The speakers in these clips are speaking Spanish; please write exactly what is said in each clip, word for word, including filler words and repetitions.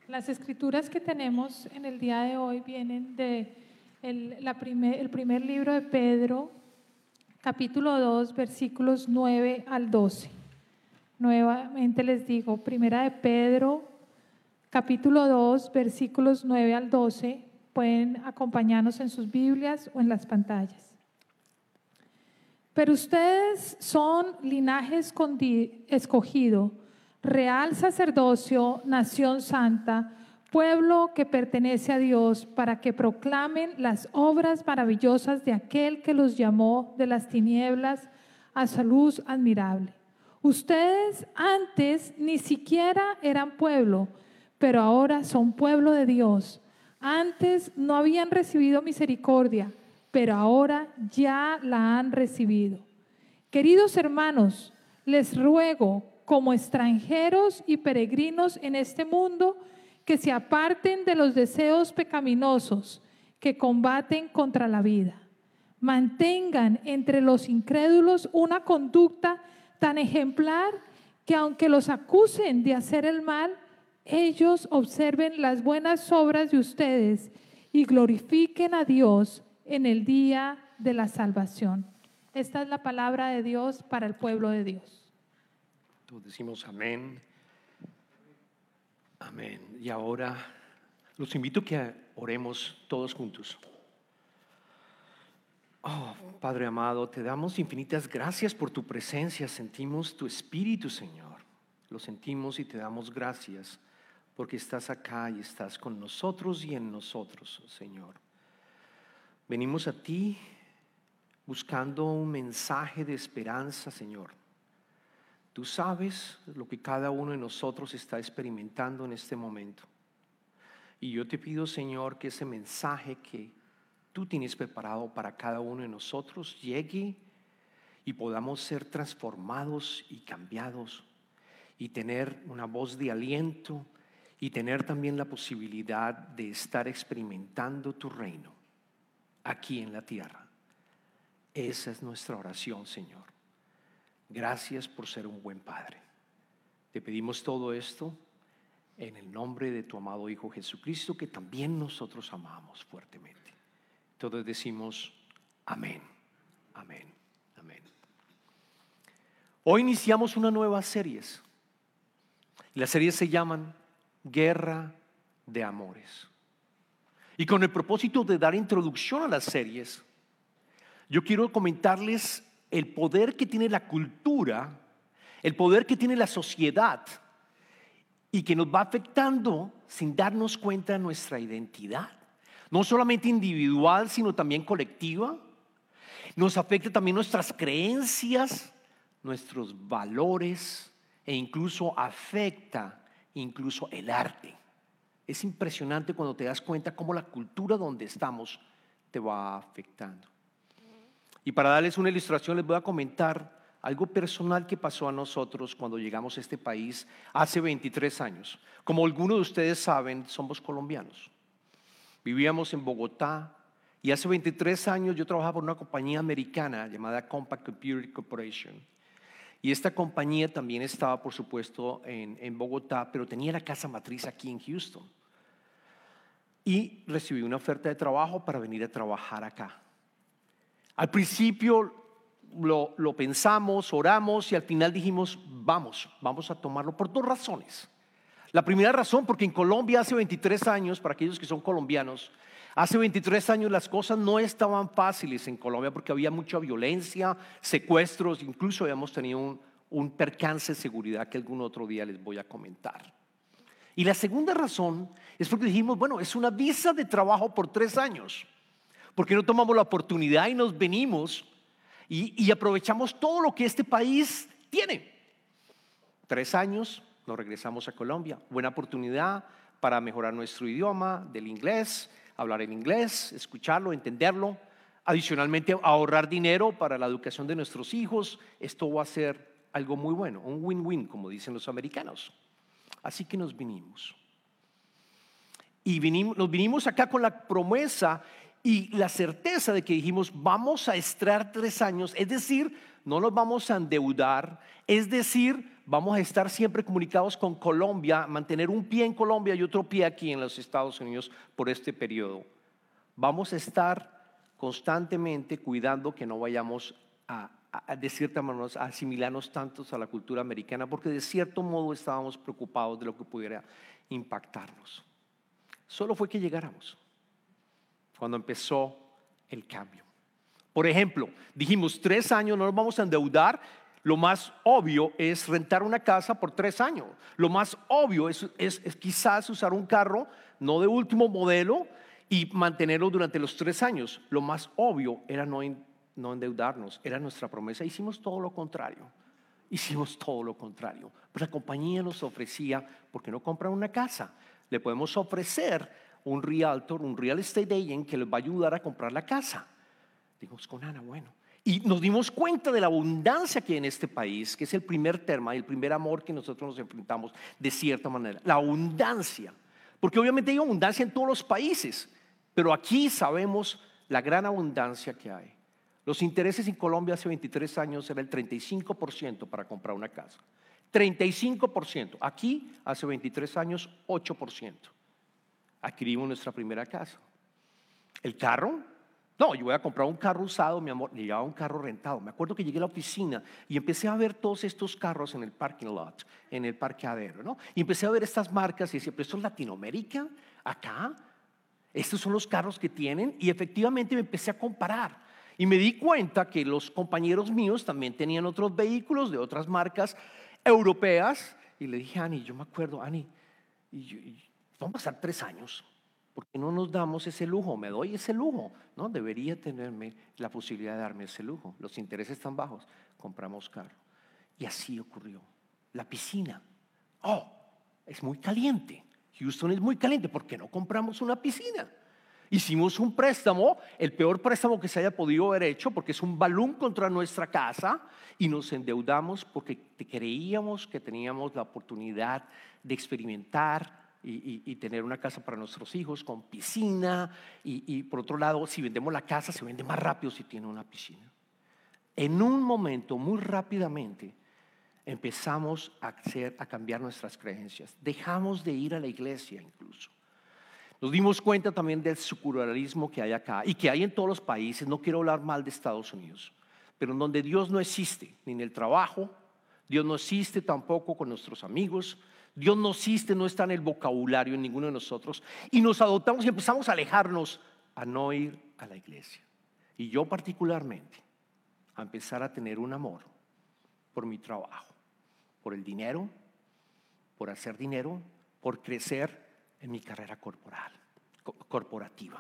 Las escrituras que tenemos en el día de hoy vienen de el, la primer, el primer libro de Pedro, capítulo dos, versículos nueve al doce. Nuevamente les digo, primera de Pedro, capítulo dos, versículos nueve al doce. Pueden acompañarnos en sus Biblias o en las pantallas. Pero ustedes son linaje escogido, real sacerdocio, nación santa, pueblo que pertenece a Dios, para que proclamen las obras maravillosas de aquel que los llamó de las tinieblas a su luz admirable. Ustedes antes ni siquiera eran pueblo, pero ahora son pueblo de Dios. Antes no habían recibido misericordia, pero ahora ya la han recibido. Queridos hermanos, les ruego, como extranjeros y peregrinos en este mundo, que se aparten de los deseos pecaminosos que combaten contra la vida. Mantengan entre los incrédulos una conducta tan ejemplar que aunque los acusen de hacer el mal, ellos observen las buenas obras de ustedes y glorifiquen a Dios en el día de la salvación. Esta es la palabra de Dios para el pueblo de Dios. Todos decimos amén. Amén. Y ahora los invito a que oremos todos juntos. Oh, Padre amado, te damos infinitas gracias por tu presencia. Sentimos tu Espíritu, Señor. Lo sentimos y te damos gracias porque estás acá y estás con nosotros y en nosotros, Señor. Venimos a ti buscando un mensaje de esperanza, Señor. Tú sabes lo que cada uno de nosotros está experimentando en este momento. Y yo te pido, Señor, que ese mensaje que tú tienes preparado para cada uno de nosotros llegue y podamos ser transformados y cambiados y tener una voz de aliento y tener también la posibilidad de estar experimentando tu reino aquí en la tierra. Esa es nuestra oración, Señor. Gracias por ser un buen Padre. Te pedimos todo esto en el nombre de tu amado Hijo Jesucristo, que también nosotros amamos fuertemente. Todos decimos amén, amén, amén. Hoy iniciamos una nueva serie. Las series se llaman Guerra de Amores. Y con el propósito de dar introducción a las series, yo quiero comentarles el poder que tiene la cultura, el poder que tiene la sociedad y que nos va afectando sin darnos cuenta de nuestra identidad. No solamente individual, sino también colectiva. Nos afecta también nuestras creencias, nuestros valores e incluso afecta incluso el arte. Es impresionante cuando te das cuenta cómo la cultura donde estamos te va afectando. Y para darles una ilustración les voy a comentar algo personal que pasó a nosotros cuando llegamos a este país hace veintitrés años. Como algunos de ustedes saben, somos colombianos. Vivíamos en Bogotá y hace veintitrés años yo trabajaba por una compañía americana llamada Compaq Computer Corporation. Y esta compañía también estaba, por supuesto, en, en Bogotá, pero tenía la casa matriz aquí en Houston. Y recibí una oferta de trabajo para venir a trabajar acá. Al principio lo, lo pensamos, oramos y al final dijimos, vamos, vamos a tomarlo por dos razones. La primera razón, porque en Colombia hace veintitrés años, para aquellos que son colombianos, hace veintitrés años las cosas no estaban fáciles en Colombia porque había mucha violencia, secuestros, incluso habíamos tenido un, un percance de seguridad que algún otro día les voy a comentar. Y la segunda razón es porque dijimos, bueno, es una visa de trabajo por tres años. ¿Por qué no tomamos la oportunidad y nos venimos y, y aprovechamos todo lo que este país tiene? Tres años, nos regresamos a Colombia. Buena oportunidad para mejorar nuestro idioma, del inglés, hablar en inglés, escucharlo, entenderlo. Adicionalmente, ahorrar dinero para la educación de nuestros hijos. Esto va a ser algo muy bueno, un win-win, como dicen los americanos. Así que nos vinimos. Y vinimos, nos vinimos acá con la promesa y la certeza de que dijimos, vamos a estar tres años, es decir, no nos vamos a endeudar, es decir, vamos a estar siempre comunicados con Colombia, mantener un pie en Colombia y otro pie aquí en los Estados Unidos por este periodo. Vamos a estar constantemente cuidando que no vayamos a, a de cierta manera a asimilarnos tantos a la cultura americana, porque de cierto modo estábamos preocupados de lo que pudiera impactarnos. Solo fue que llegáramos cuando empezó el cambio. Por ejemplo, dijimos tres años no nos vamos a endeudar. Lo más obvio es rentar una casa por tres años. Lo más obvio es, es, es quizás usar un carro no de último modelo y mantenerlo durante los tres años. Lo más obvio era no, no endeudarnos, era nuestra promesa. Hicimos todo lo contrario. Hicimos todo lo contrario. Pues la compañía nos ofrecía, ¿por qué no comprar una casa? Le podemos ofrecer un realtor, un real estate agent que les va a ayudar a comprar la casa. Dijimos con Ana, bueno. Y nos dimos cuenta de la abundancia que hay en este país, que es el primer tema, el primer amor que nosotros nos enfrentamos de cierta manera. La abundancia. Porque obviamente hay abundancia en todos los países, pero aquí sabemos la gran abundancia que hay. Los intereses en Colombia hace veintitrés años era el treinta y cinco por ciento para comprar una casa. treinta y cinco por ciento. Aquí hace veintitrés años, ocho por ciento. Adquirimos nuestra primera casa. El carro. No, yo voy a comprar un carro usado, mi amor. Llevaba un carro rentado. Me acuerdo que llegué a la oficina y empecé a ver todos estos carros en el parking lot, en el parqueadero, ¿no? Y empecé a ver estas marcas y decía, ¿pero esto es Latinoamérica? ¿Acá? Estos son los carros que tienen. Y efectivamente me empecé a comparar. Y me di cuenta que los compañeros míos también tenían otros vehículos de otras marcas europeas. Y le dije a Ani, yo me acuerdo, Ani, y yo, y vamos a pasar tres años. ¿Por qué no nos damos ese lujo? Me doy ese lujo. No, debería tenerme la posibilidad de darme ese lujo. Los intereses están bajos, compramos carro. Y así ocurrió. La piscina. Oh, es muy caliente. Houston es muy caliente. ¿Por qué no compramos una piscina? Hicimos un préstamo, el peor préstamo que se haya podido haber hecho, porque es un balón contra nuestra casa, y nos endeudamos porque creíamos que teníamos la oportunidad de experimentar Y, y, y tener una casa para nuestros hijos con piscina y, y por otro lado, si vendemos la casa se vende más rápido si tiene una piscina. En un momento, muy rápidamente, empezamos a, hacer, a cambiar nuestras creencias. Dejamos de ir a la iglesia incluso. Nos dimos cuenta también del secularismo que hay acá y que hay en todos los países. No quiero hablar mal de Estados Unidos, pero en donde Dios no existe, ni en el trabajo, Dios no existe tampoco con nuestros amigos. Dios no existe, no está en el vocabulario en ninguno de nosotros. Y nos adoptamos y empezamos a alejarnos a no ir a la iglesia. Y yo particularmente a empezar a tener un amor por mi trabajo, por el dinero, por hacer dinero, por crecer en mi carrera corporal, corporativa.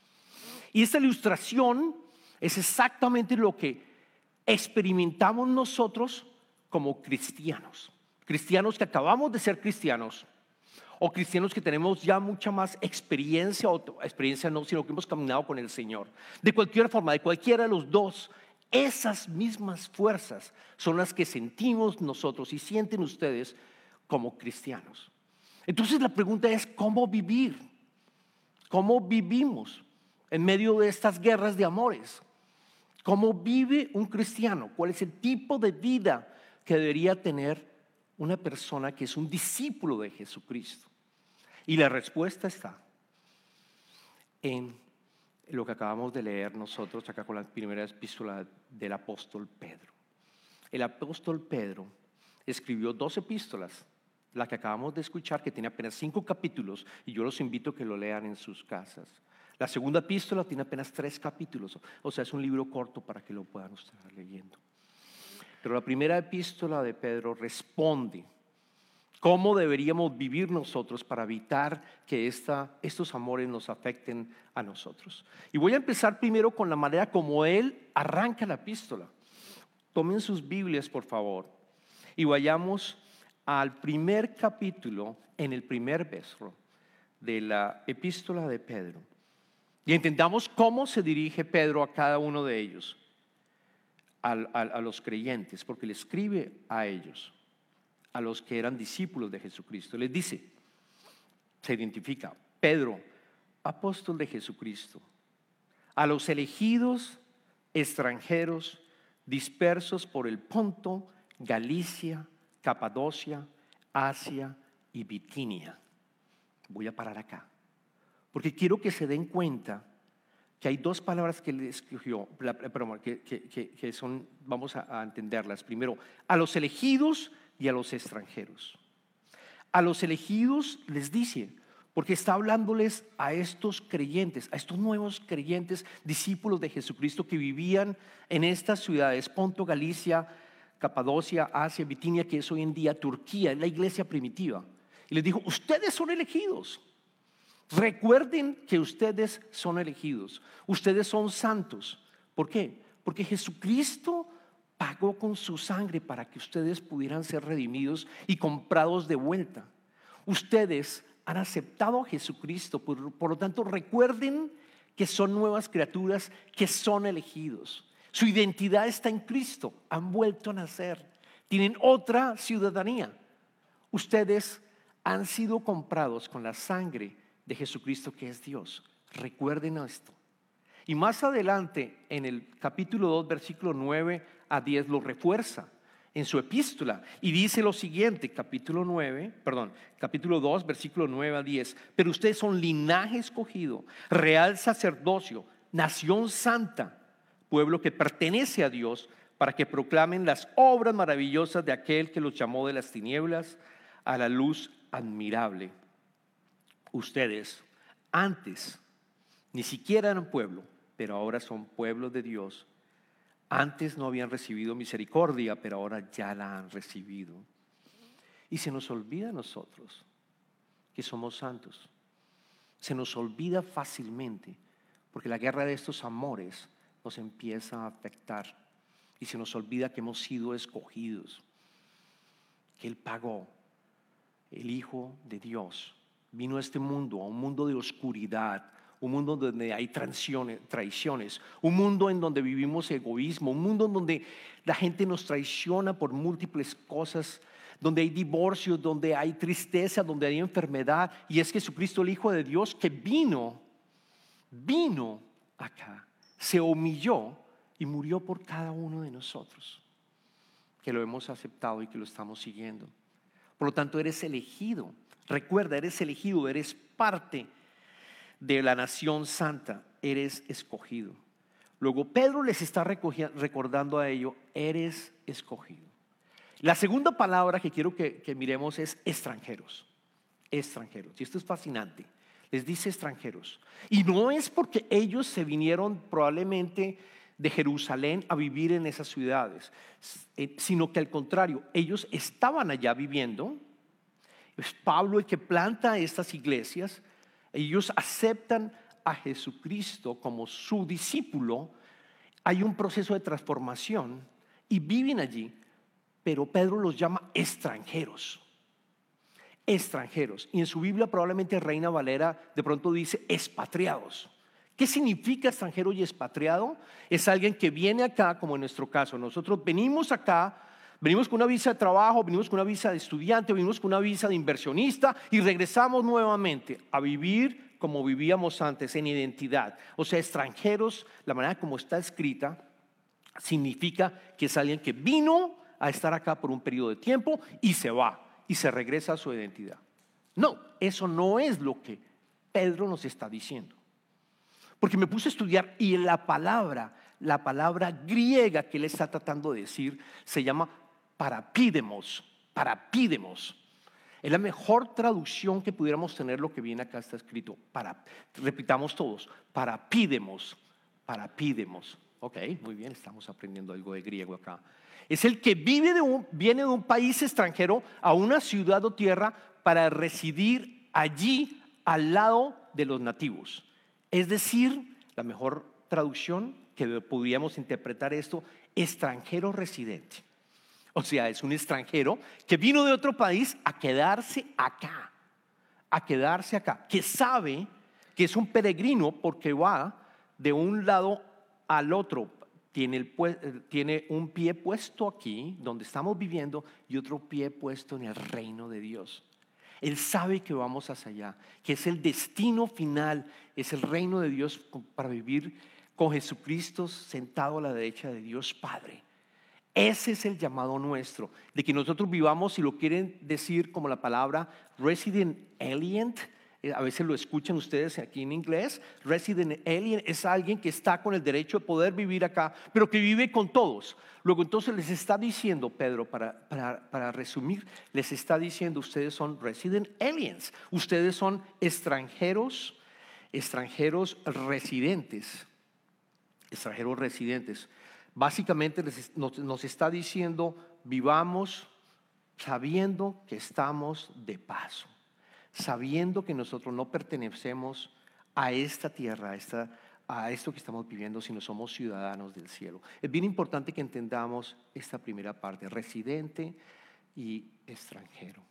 Y esta ilustración es exactamente lo que experimentamos nosotros como cristianos. Cristianos que acabamos de ser cristianos o cristianos que tenemos ya mucha más experiencia, o experiencia no, sino que hemos caminado con el Señor. De cualquier forma, de cualquiera de los dos, esas mismas fuerzas son las que sentimos nosotros y sienten ustedes como cristianos. Entonces la pregunta es, ¿cómo vivir? ¿Cómo vivimos en medio de estas guerras de amores? ¿Cómo vive un cristiano? ¿Cuál es el tipo de vida que debería tener una persona que es un discípulo de Jesucristo? Y la respuesta está en lo que acabamos de leer nosotros acá con la primera epístola del apóstol Pedro. El apóstol Pedro escribió dos epístolas, la que acabamos de escuchar, que tiene apenas cinco capítulos, y yo los invito a que lo lean en sus casas. La segunda epístola tiene apenas tres capítulos, o sea, es un libro corto para que lo puedan ustedes estar leyendo. Pero la primera epístola de Pedro responde cómo deberíamos vivir nosotros para evitar que esta, estos amores nos afecten a nosotros. Y voy a empezar primero con la manera como él arranca la epístola. Tomen sus Biblias, por favor, y vayamos al primer capítulo, en el primer verso de la epístola de Pedro. Y entendamos cómo se dirige Pedro a cada uno de ellos. A, a, a los creyentes, porque le escribe a ellos, a los que eran discípulos de Jesucristo. Les dice, se identifica, Pedro, apóstol de Jesucristo, a los elegidos extranjeros dispersos por el Ponto, Galicia, Capadocia, Asia y Bitinia. Voy a parar acá, porque quiero que se den cuenta que hay dos palabras que él escogió, perdón, que, que, que, que son, vamos a, a entenderlas. Primero, a los elegidos y a los extranjeros. A los elegidos les dice, porque está hablándoles a estos creyentes, a estos nuevos creyentes, discípulos de Jesucristo que vivían en estas ciudades, Ponto, Galicia, Capadocia, Asia, Bitinia, que es hoy en día Turquía, es la iglesia primitiva. Y les dijo, ustedes son elegidos. Recuerden que ustedes son elegidos, ustedes son santos. ¿Por qué? Porque Jesucristo pagó con su sangre para que ustedes pudieran ser redimidos y comprados de vuelta. Ustedes han aceptado a Jesucristo, por, por lo tanto recuerden que son nuevas criaturas, que son elegidos. Su identidad está en Cristo, han vuelto a nacer, tienen otra ciudadanía. Ustedes han sido comprados con la sangre de Jesucristo, que es Dios. Recuerden esto. Y más adelante en el capítulo dos, versículo nueve a diez lo refuerza en su epístola y dice lo siguiente, capítulo nueve, perdón, capítulo dos, versículo nueve a diez. Pero ustedes son linaje escogido, real sacerdocio, nación santa, pueblo que pertenece a Dios, para que proclamen las obras maravillosas de aquel que los llamó de las tinieblas a la luz admirable. Ustedes antes ni siquiera eran pueblo, pero ahora son pueblo de Dios. Antes no habían recibido misericordia, pero ahora ya la han recibido. Y se nos olvida a nosotros que somos santos. Se nos olvida fácilmente, porque la guerra de estos amores nos empieza a afectar. Y se nos olvida que hemos sido escogidos, que Él pagó. El Hijo de Dios vino a este mundo, a un mundo de oscuridad, un mundo donde hay traiciones, un mundo en donde vivimos egoísmo, un mundo en donde la gente nos traiciona por múltiples cosas, donde hay divorcio, donde hay tristeza, donde hay enfermedad. Y es Jesucristo, el Hijo de Dios, que vino, vino acá, se humilló y murió por cada uno de nosotros, que lo hemos aceptado y que lo estamos siguiendo. Por lo tanto, eres elegido. Recuerda, eres elegido, eres parte de la nación santa, eres escogido. Luego Pedro les está recordando a ello, eres escogido. La segunda palabra que quiero que, que miremos es extranjeros. Extranjeros, y esto es fascinante. Les dice extranjeros. Y no es porque ellos se vinieron probablemente de Jerusalén a vivir en esas ciudades, sino que al contrario, ellos estaban allá viviendo. Es Pablo el que planta estas iglesias. Ellos aceptan a Jesucristo como su discípulo. Hay un proceso de transformación y viven allí, pero Pedro los llama extranjeros. Extranjeros. Y en su Biblia probablemente Reina Valera de pronto dice expatriados. ¿Qué significa extranjero y expatriado? Es alguien que viene acá, como en nuestro caso. Nosotros venimos acá, venimos con una visa de trabajo, venimos con una visa de estudiante, venimos con una visa de inversionista y regresamos nuevamente a vivir como vivíamos antes, en identidad. O sea, extranjeros, la manera como está escrita, significa que es alguien que vino a estar acá por un periodo de tiempo y se va y se regresa a su identidad. No, eso no es lo que Pedro nos está diciendo. Porque me puse a estudiar y la palabra, la palabra griega que él está tratando de decir se llama parapídemos, parapídemos. Es la mejor traducción que pudiéramos tener lo que viene acá está escrito. Para, repitamos todos, parapídemos, parapídemos. Ok, muy bien, estamos aprendiendo algo de griego acá. Es el que vive de un, viene de un país extranjero a una ciudad o tierra para residir allí al lado de los nativos. Es decir, la mejor traducción que podríamos interpretar esto, extranjero residente. O sea, es un extranjero que vino de otro país a quedarse acá, a quedarse acá, que sabe que es un peregrino porque va de un lado al otro. Tiene, el, tiene un pie puesto aquí, donde estamos viviendo, y otro pie puesto en el reino de Dios. Él sabe que vamos hacia allá, que es el destino final, es el reino de Dios para vivir con Jesucristo sentado a la derecha de Dios Padre. Ese es el llamado nuestro, de que nosotros vivamos, si lo quieren decir como la palabra resident alien, a veces lo escuchan ustedes aquí en inglés. Resident alien es alguien que está con el derecho de poder vivir acá, pero que vive con todos. Luego entonces les está diciendo Pedro, para, para, para resumir, les está diciendo: ustedes son resident aliens, ustedes son extranjeros, extranjeros residentes, extranjeros residentes. Básicamente les, nos, nos está diciendo: vivamos sabiendo que estamos de paso, sabiendo que nosotros no pertenecemos a esta tierra, a, esta, a esto que estamos viviendo, sino somos ciudadanos del cielo. Es bien importante que entendamos esta primera parte: residente y extranjero.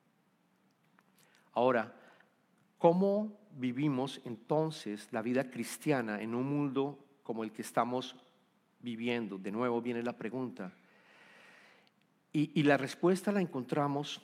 Ahora, ¿cómo vivimos entonces la vida cristiana en un mundo como el que estamos viviendo? De nuevo viene la pregunta, y, y la respuesta la encontramos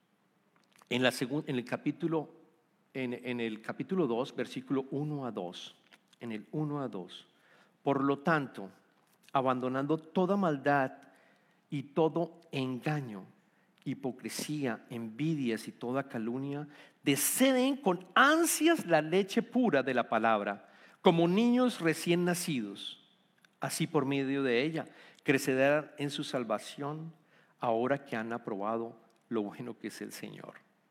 en, la segun, en el capítulo en, en el capítulo dos, versículo uno a dos. En el uno a dos. Por lo tanto, abandonando toda maldad y todo engaño, hipocresía, envidias y toda calumnia, deseen con ansias la leche pura de la palabra, como niños recién nacidos. Así, por medio de ella crecerán en su salvación, ahora que han aprobado lo bueno que es el Señor.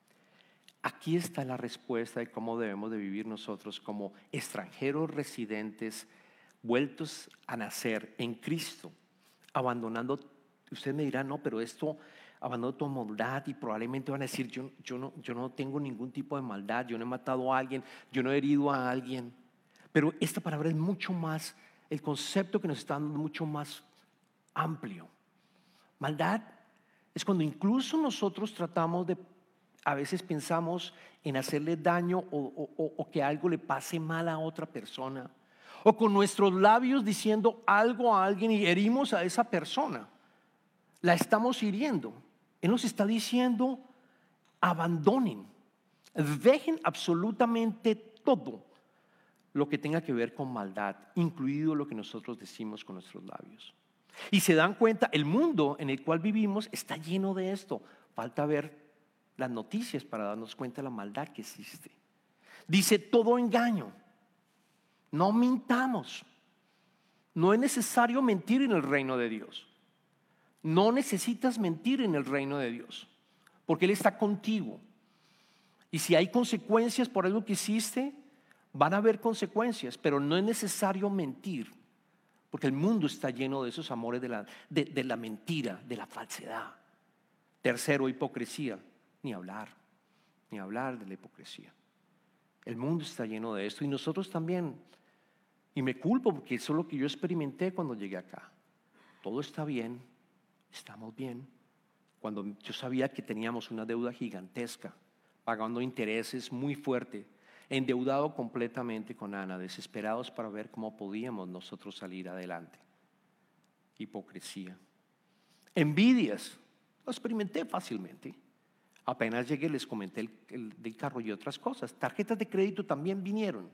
Aquí está la respuesta de cómo debemos de vivir nosotros como extranjeros residentes, vueltos a nacer en Cristo, abandonando. Usted me dirá: no, pero esto, abandonando tu maldad, y probablemente van a decir: yo, yo, no, yo no tengo ningún tipo de maldad, yo no he matado a alguien, yo no he herido a alguien. Pero esta palabra es mucho más, el concepto que nos está dando es mucho más amplio. Maldad es cuando incluso nosotros tratamos de, a veces pensamos en hacerle daño o, o, o que algo le pase mal a otra persona, o con nuestros labios diciendo algo a alguien y herimos a esa persona. La estamos hiriendo. Él nos está diciendo: abandonen, dejen absolutamente todo lo que tenga que ver con maldad, incluido lo que nosotros decimos con nuestros labios. Y se dan cuenta, el mundo en el cual vivimos está lleno de esto. Falta ver las noticias para darnos cuenta de la maldad que existe. Dice: todo engaño. No mintamos. No es necesario mentir en el reino de Dios. No necesitas mentir en el reino de Dios, porque Él está contigo. Y si hay consecuencias por algo que hiciste, van a haber consecuencias, pero no es necesario mentir, porque el mundo está lleno de esos amores de la, de, de la mentira, de la falsedad. Tercero, hipocresía. Ni hablar, ni hablar de la hipocresía. El mundo está lleno de esto, y nosotros también. Y me culpo, porque eso es lo que yo experimenté cuando llegué acá. Todo está bien, estamos bien. Cuando yo sabía que teníamos una deuda gigantesca, pagando intereses muy fuertes, endeudado completamente con Ana, desesperados para ver cómo podíamos nosotros salir adelante. Hipocresía. Envidias, lo experimenté fácilmente. Apenas llegué les comenté el, el del carro y otras cosas. Tarjetas de crédito también vinieron.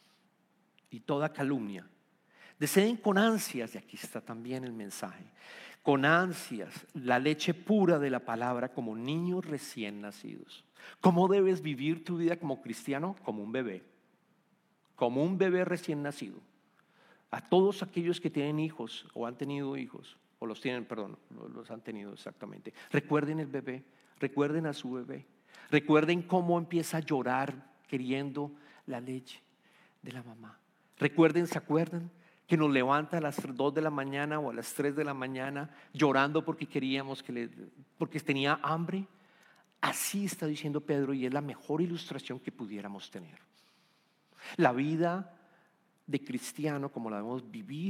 Y toda calumnia. Deseen con ansias, y aquí está también el mensaje, con ansias la leche pura de la palabra, como niños recién nacidos. ¿Cómo debes vivir tu vida como cristiano? Como un bebé, como un bebé recién nacido. A todos aquellos que tienen hijos o han tenido hijos, o los tienen, perdón, los han tenido exactamente. Recuerden el bebé, recuerden a su bebé, recuerden cómo empieza a llorar queriendo la leche de la mamá. Recuerden, ¿se acuerdan? Que nos levanta a las dos de la mañana o a las tres de la mañana llorando porque queríamos que le, porque tenía hambre. Así está diciendo Pedro, y es la mejor ilustración que pudiéramos tener. La vida de cristiano, como la debemos vivir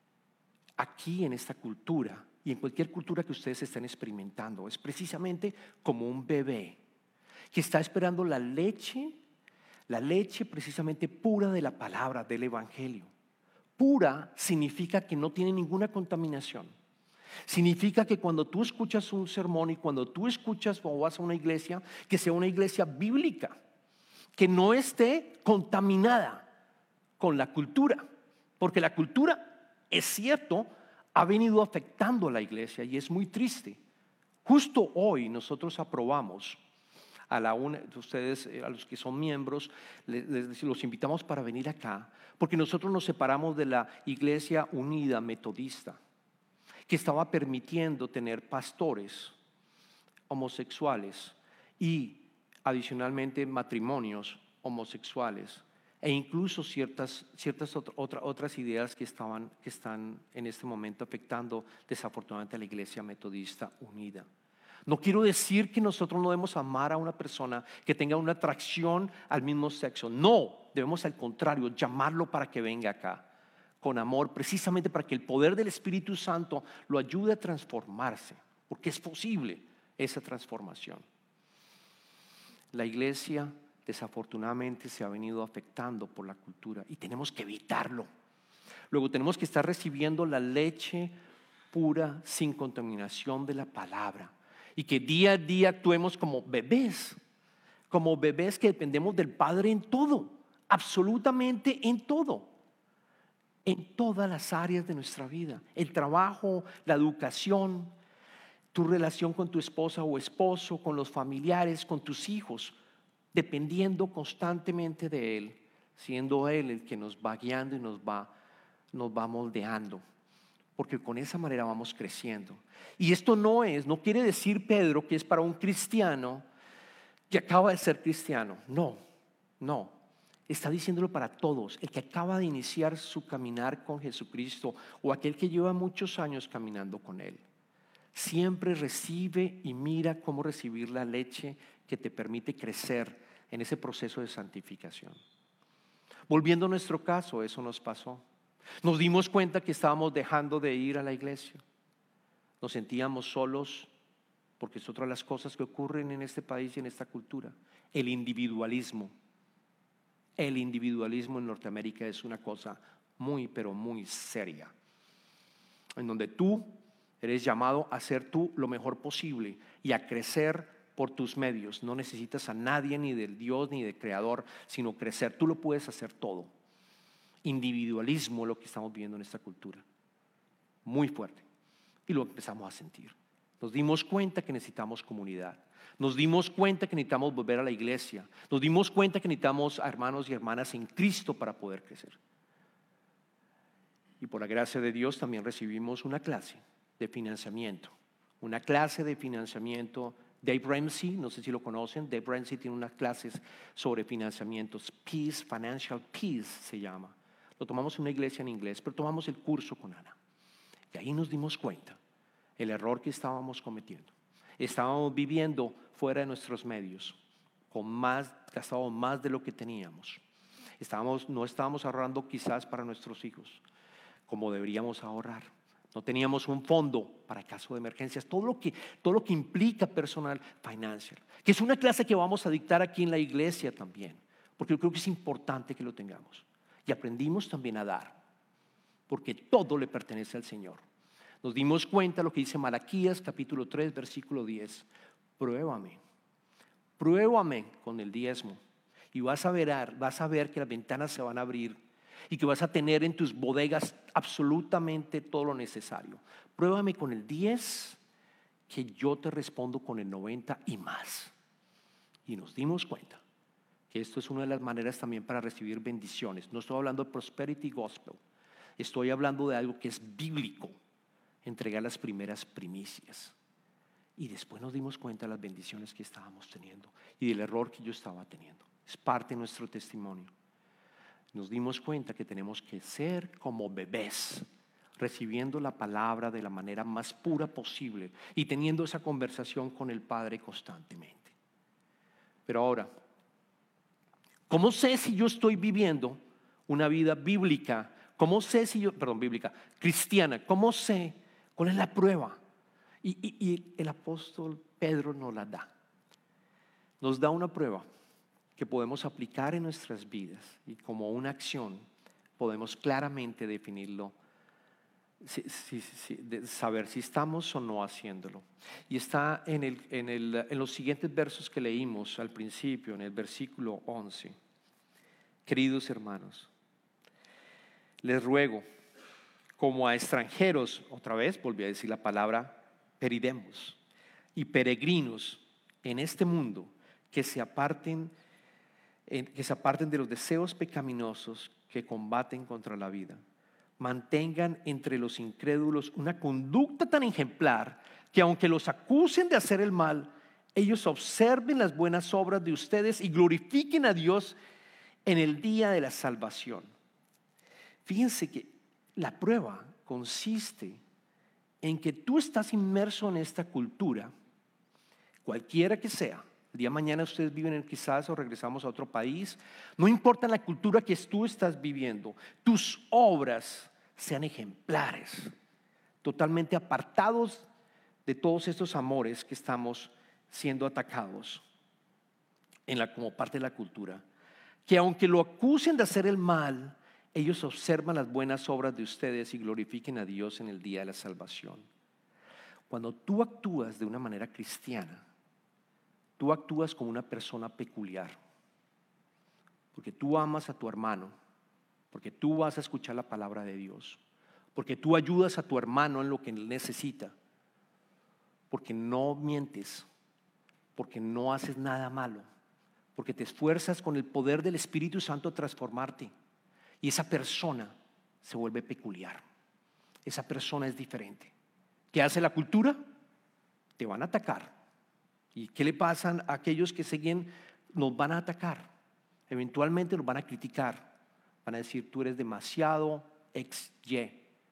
aquí en esta cultura y en cualquier cultura que ustedes estén experimentando, es precisamente como un bebé que está esperando la leche, la leche precisamente pura de la palabra, del evangelio. Pura significa que no tiene ninguna contaminación. Significa que cuando tú escuchas un sermón y cuando tú escuchas o vas a una iglesia, que sea una iglesia bíblica, que no esté contaminada con la cultura, porque la cultura, es cierto, ha venido afectando a la iglesia y es muy triste. Justo hoy nosotros aprobamos a la una, ustedes, a los que son miembros, les, les, los invitamos para venir acá, porque nosotros nos separamos de la Iglesia Unida Metodista, que estaba permitiendo tener pastores homosexuales y adicionalmente matrimonios homosexuales e incluso ciertas, ciertas otra, otras ideas que, estaban, que están en este momento afectando desafortunadamente a la Iglesia Metodista Unida. No quiero decir que nosotros no debemos amar a una persona que tenga una atracción al mismo sexo. No, debemos al contrario llamarlo para que venga acá con amor, precisamente para que el poder del Espíritu Santo lo ayude a transformarse, porque es posible esa transformación. La iglesia desafortunadamente se ha venido afectando por la cultura y tenemos que evitarlo. Luego tenemos que estar recibiendo la leche pura, sin contaminación de la palabra. Y que día a día actuemos como bebés, como bebés que dependemos del Padre en todo, absolutamente en todo, en todas las áreas de nuestra vida, el trabajo, la educación, tu relación con tu esposa o esposo, con los familiares, con tus hijos, dependiendo constantemente de Él, siendo Él el que nos va guiando y nos va, nos va moldeando. Porque con esa manera vamos creciendo. Y esto no es, no quiere decir Pedro que es para un cristiano que acaba de ser cristiano. No, no. Está diciéndolo para todos. El que acaba de iniciar su caminar con Jesucristo o aquel que lleva muchos años caminando con Él. Siempre recibe y mira cómo recibir la leche que te permite crecer en ese proceso de santificación. Volviendo a nuestro caso, eso nos pasó. Nos dimos cuenta que estábamos dejando de ir a la iglesia. Nos sentíamos solos, porque es otra de las cosas que ocurren en este país y en esta cultura. El individualismo. El individualismo en Norteamérica es una cosa muy, pero muy seria. En donde tú eres llamado a hacer tú lo mejor posible y a crecer por tus medios. No necesitas a nadie, ni del Dios, ni del Creador, sino crecer. Tú lo puedes hacer todo. Individualismo, lo que estamos viendo en esta cultura, muy fuerte, y lo empezamos a sentir. Nos dimos cuenta que necesitamos comunidad, nos dimos cuenta que necesitamos volver a la iglesia, nos dimos cuenta que necesitamos a hermanos y hermanas en Cristo para poder crecer. Y por la gracia de Dios también recibimos una clase de financiamiento, una clase de financiamiento. Dave Ramsey, no sé si lo conocen, Dave Ramsey tiene unas clases sobre financiamientos, Peace, Financial Peace se llama. Lo tomamos en una iglesia en inglés, pero tomamos el curso con Ana. Y ahí nos dimos cuenta el error que estábamos cometiendo. Estábamos viviendo fuera de nuestros medios, con más, gastábamos más de lo que teníamos. Estábamos, no estábamos ahorrando quizás para nuestros hijos, como deberíamos ahorrar. No teníamos un fondo para caso de emergencias. Todo lo que, todo lo que implica personal financial, que es una clase que vamos a dictar aquí en la iglesia también, porque yo creo que es importante que lo tengamos. Y aprendimos también a dar, porque todo le pertenece al Señor. Nos dimos cuenta lo que dice Malaquías capítulo tres versículo diez. Pruébame, pruébame con el diezmo y vas a ver, vas a ver que las ventanas se van a abrir y que vas a tener en tus bodegas absolutamente todo lo necesario. Pruébame con el diez, que yo te respondo con el noventa y más. Y nos dimos cuenta que esto es una de las maneras también para recibir bendiciones. No estoy hablando de prosperity gospel, estoy hablando de algo que es bíblico, entregar las primeras primicias. Y después nos dimos cuenta de las bendiciones que estábamos teniendo y del error que yo estaba teniendo. Es parte de nuestro testimonio. Nos dimos cuenta que tenemos que ser como bebés, recibiendo la palabra de la manera más pura posible y teniendo esa conversación con el Padre constantemente. Pero ahora, ¿cómo sé si yo estoy viviendo una vida bíblica? ¿Cómo sé si yo, perdón, bíblica, cristiana? ¿Cómo sé cuál es la prueba? Y, y, y el apóstol Pedro nos la da. Nos da una prueba que podemos aplicar en nuestras vidas y como una acción podemos claramente definirlo, si, si, si, de saber si estamos o no haciéndolo. Y está en, el, en, el, en los siguientes versos que leímos al principio, en el versículo once. Queridos hermanos, les ruego, como a extranjeros, otra vez volví a decir la palabra peridemos, y peregrinos en este mundo, que se aparten, que se aparten de los deseos pecaminosos que combaten contra la vida. Mantengan entre los incrédulos una conducta tan ejemplar que aunque los acusen de hacer el mal, ellos observen las buenas obras de ustedes y glorifiquen a Dios en el día de la salvación. Fíjense que la prueba consiste en que tú estás inmerso en esta cultura, cualquiera que sea. El día de mañana ustedes viven en quizás o regresamos a otro país. No importa la cultura que tú estás viviendo, tus obras sean ejemplares, totalmente apartados de todos estos amores que estamos siendo atacados en la, como parte de la cultura. Que aunque lo acusen de hacer el mal, ellos observan las buenas obras de ustedes y glorifiquen a Dios en el día de la salvación. Cuando tú actúas de una manera cristiana, tú actúas como una persona peculiar, porque tú amas a tu hermano, porque tú vas a escuchar la palabra de Dios, porque tú ayudas a tu hermano en lo que él necesita, porque no mientes, porque no haces nada malo, porque te esfuerzas con el poder del Espíritu Santo a transformarte. Y esa persona se vuelve peculiar. Esa persona es diferente. ¿Qué hace la cultura? Te van a atacar. ¿Y qué le pasa a aquellos que siguen? Nos van a atacar. Eventualmente nos van a criticar. Van a decir, tú eres demasiado X, Y,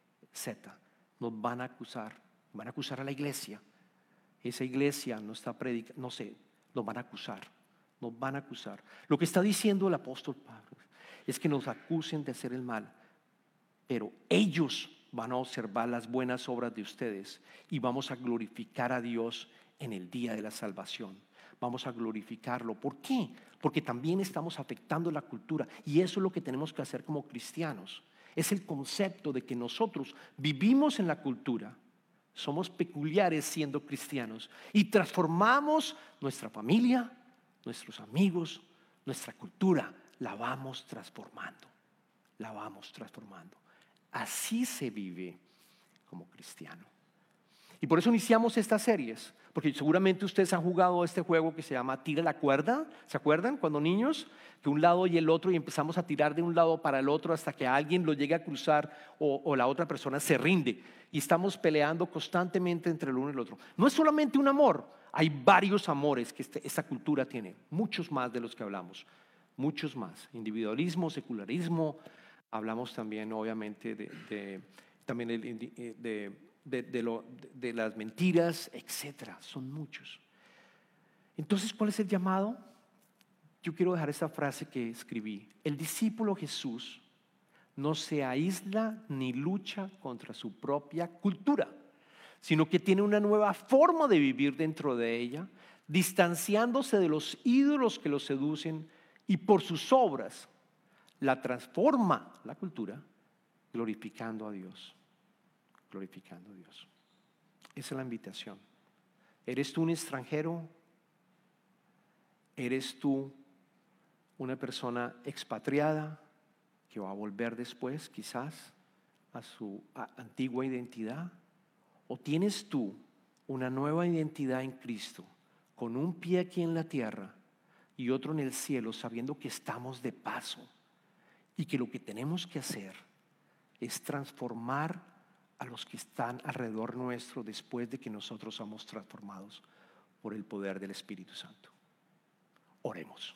Z. Nos van a acusar. Van a acusar a la iglesia. Esa iglesia no está predicando, no sé, nos van a acusar. Nos van a acusar. Lo que está diciendo el apóstol Pablo es que nos acusen de hacer el mal, pero ellos van a observar las buenas obras de ustedes y vamos a glorificar a Dios en el día de la salvación. Vamos a glorificarlo. ¿Por qué? Porque también estamos afectando la cultura y eso es lo que tenemos que hacer como cristianos. Es el concepto de que nosotros vivimos en la cultura, somos peculiares siendo cristianos y transformamos nuestra familia, nuestros amigos, nuestra cultura. La vamos transformando, la vamos transformando. Así se vive como cristiano. Y por eso iniciamos estas series, porque seguramente ustedes han jugado este juego que se llama Tira la cuerda. ¿Se acuerdan cuando niños? Que un lado y el otro y empezamos a tirar de un lado para el otro hasta que alguien lo llegue a cruzar o, o la otra persona se rinde. Y estamos peleando constantemente entre el uno y el otro. No es solamente un amor, hay varios amores que este, esta cultura tiene, muchos más de los que hablamos. Muchos más, individualismo, secularismo, hablamos también obviamente de, de, también de, de, de, de, lo, de las mentiras, etcétera, son muchos. Entonces, ¿cuál es el llamado? Yo quiero dejar esta frase que escribí. El discípulo Jesús no se aísla ni lucha contra su propia cultura, sino que tiene una nueva forma de vivir dentro de ella, distanciándose de los ídolos que lo seducen y por sus obras la transforma la cultura, glorificando a Dios, glorificando a Dios. Esa es la invitación. ¿Eres tú un extranjero? ¿Eres tú una persona expatriada que va a volver después quizás a su a, antigua identidad? ¿O tienes tú una nueva identidad en Cristo con un pie aquí en la tierra y otro en el cielo, sabiendo que estamos de paso y que lo que tenemos que hacer es transformar a los que están alrededor nuestro después de que nosotros somos transformados por el poder del Espíritu Santo? Oremos.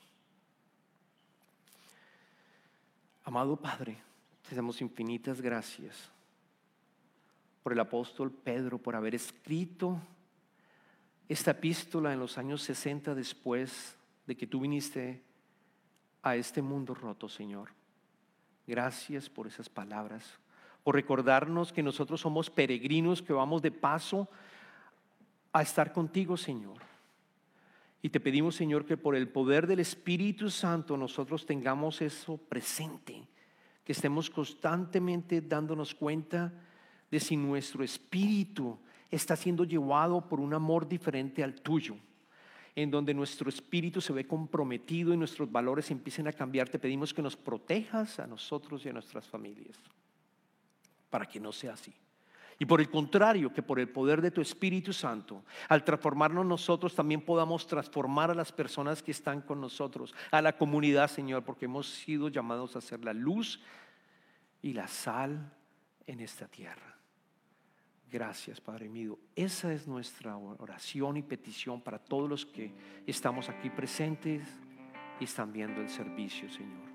Amado Padre, te damos infinitas gracias por el apóstol Pedro, por haber escrito esta epístola en los años sesenta después de que tú viniste a este mundo roto, Señor. Gracias por esas palabras, por recordarnos que nosotros somos peregrinos que vamos de paso a estar contigo, Señor. Y te pedimos, Señor, que por el poder del Espíritu Santo nosotros tengamos eso presente, que estemos constantemente dándonos cuenta de si nuestro espíritu está siendo llevado por un amor diferente al tuyo, en donde nuestro espíritu se ve comprometido y nuestros valores empiecen a cambiar. Te pedimos que nos protejas a nosotros y a nuestras familias. para que no sea así. Y por el contrario, que por el poder de tu Espíritu Santo, al transformarnos nosotros, también podamos transformar a las personas que están con nosotros, a la comunidad, Señor, porque hemos sido llamados a ser la luz y la sal en esta tierra. Gracias, Padre mío. Esa es nuestra oración y petición para todos los que estamos aquí presentes y están viendo el servicio, Señor.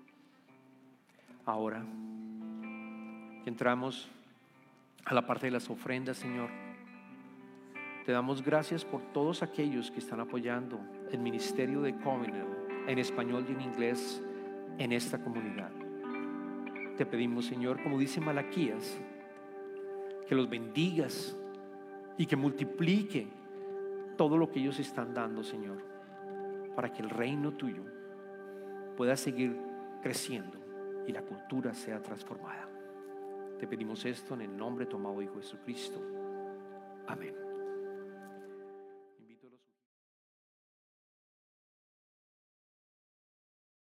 Ahora que entramos a la parte de las ofrendas, Señor, te damos gracias por todos aquellos que están apoyando el ministerio de Covenant en español y en inglés en esta comunidad. Te pedimos, Señor, como dice Malaquías, que los bendigas y que multiplique todo lo que ellos están dando, Señor, para que el reino tuyo pueda seguir creciendo y la cultura sea transformada. Te pedimos esto en el nombre de tu amado Hijo Jesucristo. Amén.